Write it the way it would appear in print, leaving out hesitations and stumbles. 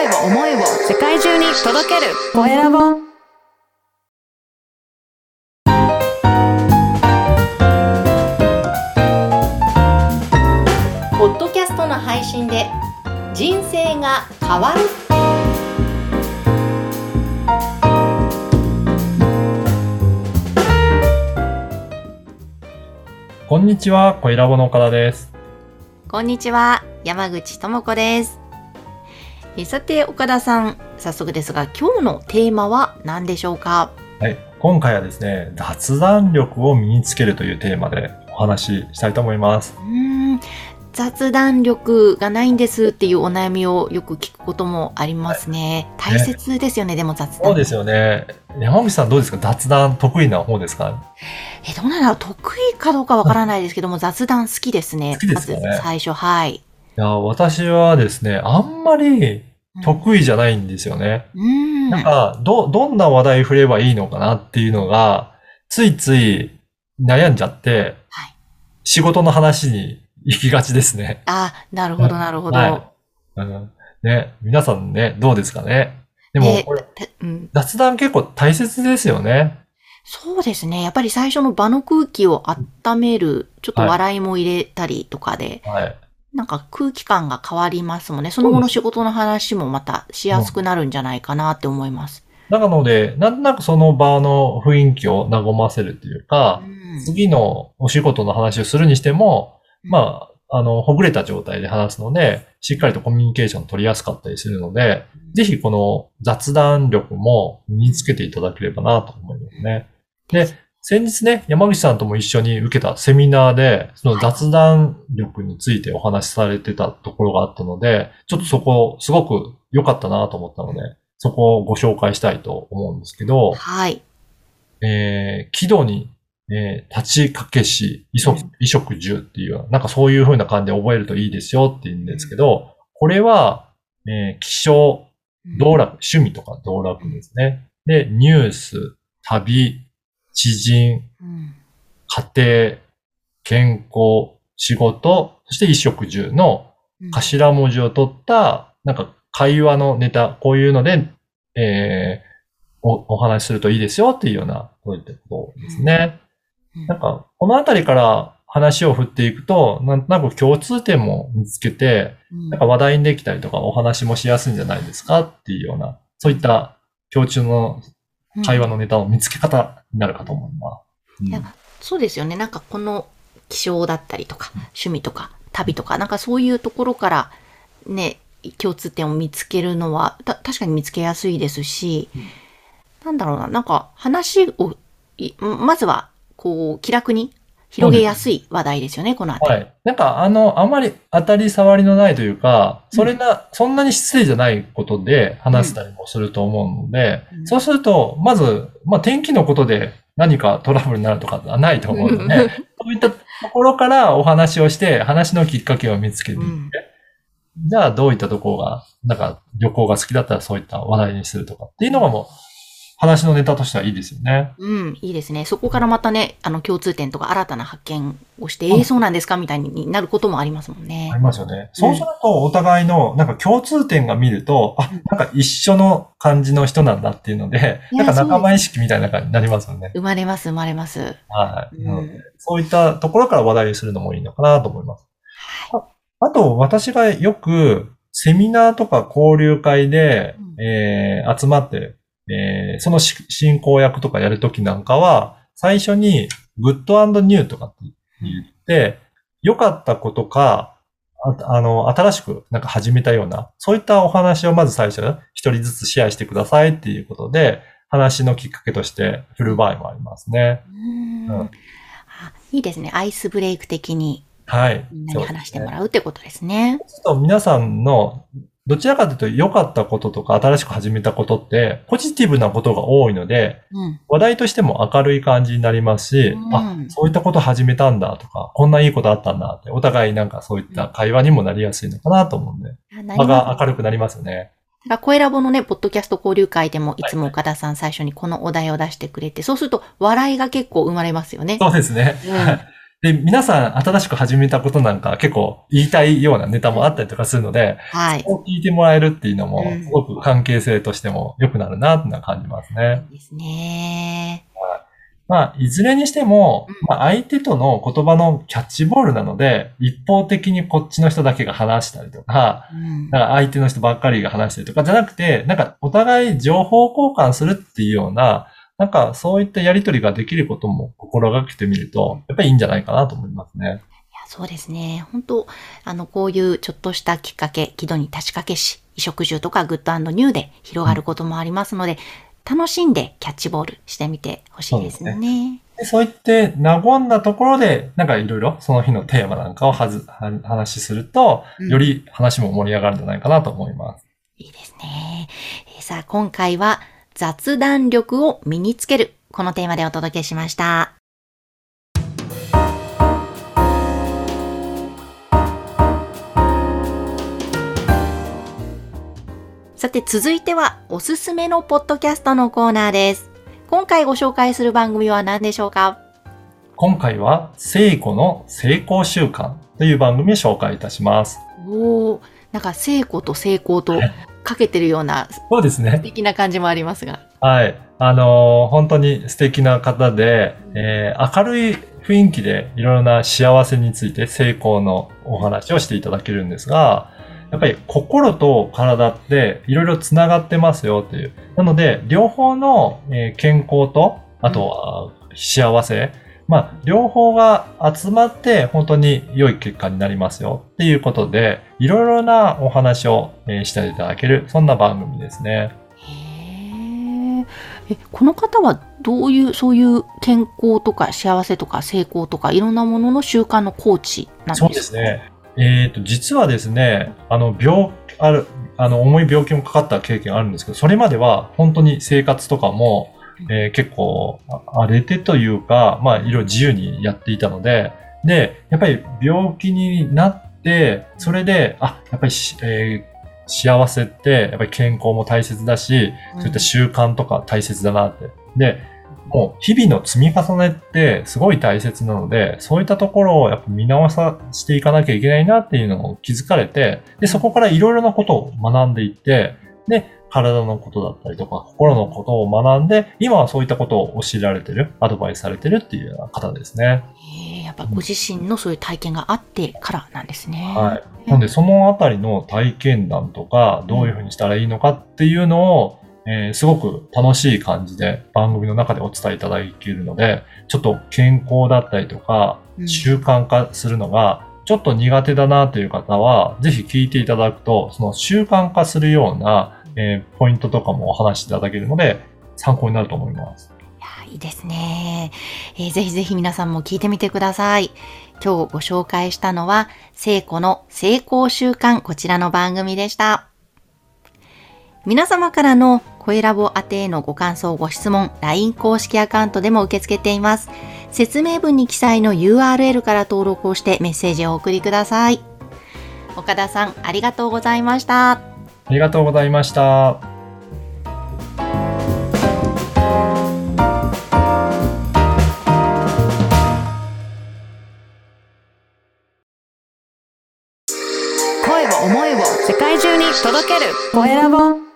を思いを世界中に届けるコエラボ。ポッドキャストの配信で人生が変わる。 こんにちは、コエラボの岡田です。 こんにちは、山口智子です。さて岡田さん、早速ですが今日のテーマは何でしょうか？ はい、今回はですね、雑談力を身につけるというテーマでお話ししたいと思います。 雑談力がないんですっていうお悩みをよく聞くこともありますね。大切ですよね、でも雑談。 そうですよね。山口さんどうですか？雑談得意な方ですか？ どうなんだろう、得意かどうかわからないですけども、雑談好きですね。 好きですかね。 まず最初、はい。 いや、私はですね、あんまり得意じゃないんですよね。なんか、どんな話題振ればいいのかなっていうのが、ついつい悩んじゃって、 はい、 仕事の話に行きがちですね。 なるほど、なるほど。 はい。ね、皆さんね、どうですかね。でもこれ、雑談結構大切ですよね。 そうですね。やっぱり最初の場の空気を温める、ちょっと笑いも入れたりとかで、なんか空気感が変わりますもんね。その後の仕事の話もまたしやすくなるんじゃないかなって思います。 なので、なんとなくその場の雰囲気を和ませるというか、次のお仕事の話をするにしても、ほぐれた状態で話すので、しっかりとコミュニケーション取りやすかったりするので、ぜひこの雑談力も身につけていただければなと思いますね。で、先日ね、山口さんとも一緒に受けたセミナーで、その雑談力についてお話しされてたところがあったので、ちょっとそこすごく良かったなと思ったので、そこをご紹介したいと思うんですけど、 はい。 喜怒に、立ちかけし、衣食住っていう、なんかそういう風な感じで覚えるといいですよって言うんですけど、これは、気象、道楽、趣味とか道楽ですね。で、ニュース、旅、知人、家庭、健康、仕事、そして衣食住の頭文字を取った、なんか会話のネタ、こういうので、お話しするといいですよっていうような、そういったことですね。なんか、このあたりから話を振っていくと、なんとなく共通点も見つけて、なんか話題にできたりとかお話もしやすいんじゃないですかっていうような、そういった共通の会話のネタの見つけ方になるかと思います。 そうですよね。なんかこの気象だったりとか、趣味とか旅とか、なんかそういうところからね、共通点を見つけるのは確かに見つけやすいですし、なんだろうな、なんか話をまずはこう気楽に広げやすい話題ですよね、このあたり。 はい。なんかあんまり当たり障りのないというか、そんなに失礼じゃないことで話したりもすると思うので、そうすると、まず、天気のことで何かトラブルになるとかはないと思うので、そういったところからお話をして、話のきっかけを見つけていって、じゃあどういったところが、なんか旅行が好きだったらそういった話題にするとかっていうのがもう、話のネタとしてはいいですよね。 いいですね。そこからまたね、共通点とか新たな発見をして、そうなんですかみたいになることもありますもんね。 ありますよね。そうすると、お互いの、なんか共通点が見ると、なんか一緒の感じの人なんだっていうので、なんか仲間意識みたいな感じになりますよね。 生まれます。 はい。そういったところから話題にするのもいいのかなと思います。あと、私がよく、セミナーとか交流会で、集まって、その進行役とかやるときなんかは、最初にグッド&ニューとかって言って、良かったことか、新しくなんか始めたような、そういったお話をまず最初、一人ずつシェアしてくださいっていうことで、話のきっかけとして振る場合もありますね。 いいですね。アイスブレイク的に。 はい。 みんなに話してもらうってことですね。 そうすると皆さんのどちらかというと良かったこととか新しく始めたことってポジティブなことが多いので、話題としても明るい感じになりますし、そういったこと始めたんだとか、こんないいことあったんだって、お互いなんかそういった会話にもなりやすいのかなと思うんで、場が明るくなりますよね。 コエラボのね、ポッドキャスト交流会でもいつも岡田さん最初にこのお題を出してくれて、そうすると笑いが結構生まれますよね。 そうですね。 で、皆さん新しく始めたことなんか結構言いたいようなネタもあったりとかするので、 はい。 そう聞いてもらえるっていうのも、 うんすごく関係性としても良くなるなっていうのは感じますね。 いいですね。 まあ、いずれにしても、 うんまあ、相手との言葉のキャッチボールなので、一方的にこっちの人だけが話したりとか、 うんだから相手の人ばっかりが話したりとかじゃなくて、なんかお互い情報交換するっていうような、なんかそういったやりとりができることも心がけてみると、やっぱりいいんじゃないかなと思いますね。 そうですね。本当こういうちょっとしたきっかけ、喜怒に立ちかけし、衣食住とかグッドニューで広がることもありますので、楽しんでキャッチボールしてみてほしいですそうね。 でそう言って和んだところで、なんかいろいろその日のテーマなんかを話しすると、 うんより話も盛り上がるんじゃないかなと思います。 いいですね。さあ、今回は雑談力を身につける。このテーマでお届けしました。さて続いてはおすすめのポッドキャストのコーナーです。今回ご紹介する番組は何でしょうか？ 今回は、聖子の成功習慣という番組を紹介いたします。 おー、なんか成功と成功とかけてるようなそうです素ね。 敵な感じもありますが。 はい。本当に素敵な方で、明るい雰囲気でいろいろな幸せについて成功のお話をしていただけるんですが、やっぱり心と体っていろいろつながってますよっていう。なので、両方の健康と、あとは幸せ、まあ、両方が集まって本当に良い結果になりますよっていうことで、いろいろなお話をしていただける、そんな番組ですね。 へえ。この方はどういう、そういう健康とか幸せとか成功とかいろんなものの習慣のコーチなんですか？ そうですね。実はですね、重い病気もかかった経験あるんですけど、それまでは本当に生活とかも、結構荒れてというか、まあ、いろいろ自由にやっていたので、で、やっぱり病気になって、それで、やっぱり幸せって、やっぱり健康も大切だし、そういった習慣とか大切だなって。で、もう日々の積み重ねってすごい大切なので、そういったところをやっぱ見直していかなきゃいけないなっていうのを気づかれて、で、そこからいろいろなことを学んでいって、で、体のことだったりとか、心のことを学んで、今はそういったことを教えられてる、アドバイスされてるっていうような方ですね。 やっぱご自身のそういう体験があってからなんですね。 はい。なんで、そのあたりの体験談とか、どういうふうにしたらいいのかっていうのを、すごく楽しい感じで番組の中でお伝えいただけるので、ちょっと健康だったりとか、習慣化するのがちょっと苦手だなという方は、ぜひ聞いていただくと、その習慣化するような、ポイントとかもお話しいただけるので、参考になると思います。 いいですね。ぜひぜひ皆さんも聞いてみてください。今日ご紹介したのは、聖子の成功習慣、こちらの番組でした。皆様からの声ラボ宛てへのご感想、ご質問、LINE 公式アカウントでも受け付けています。説明文に記載の URL から登録をしてメッセージをお送りください。岡田さん、ありがとうございました。 ありがとうございました。 声を思いを世界中に届けるコエラボ。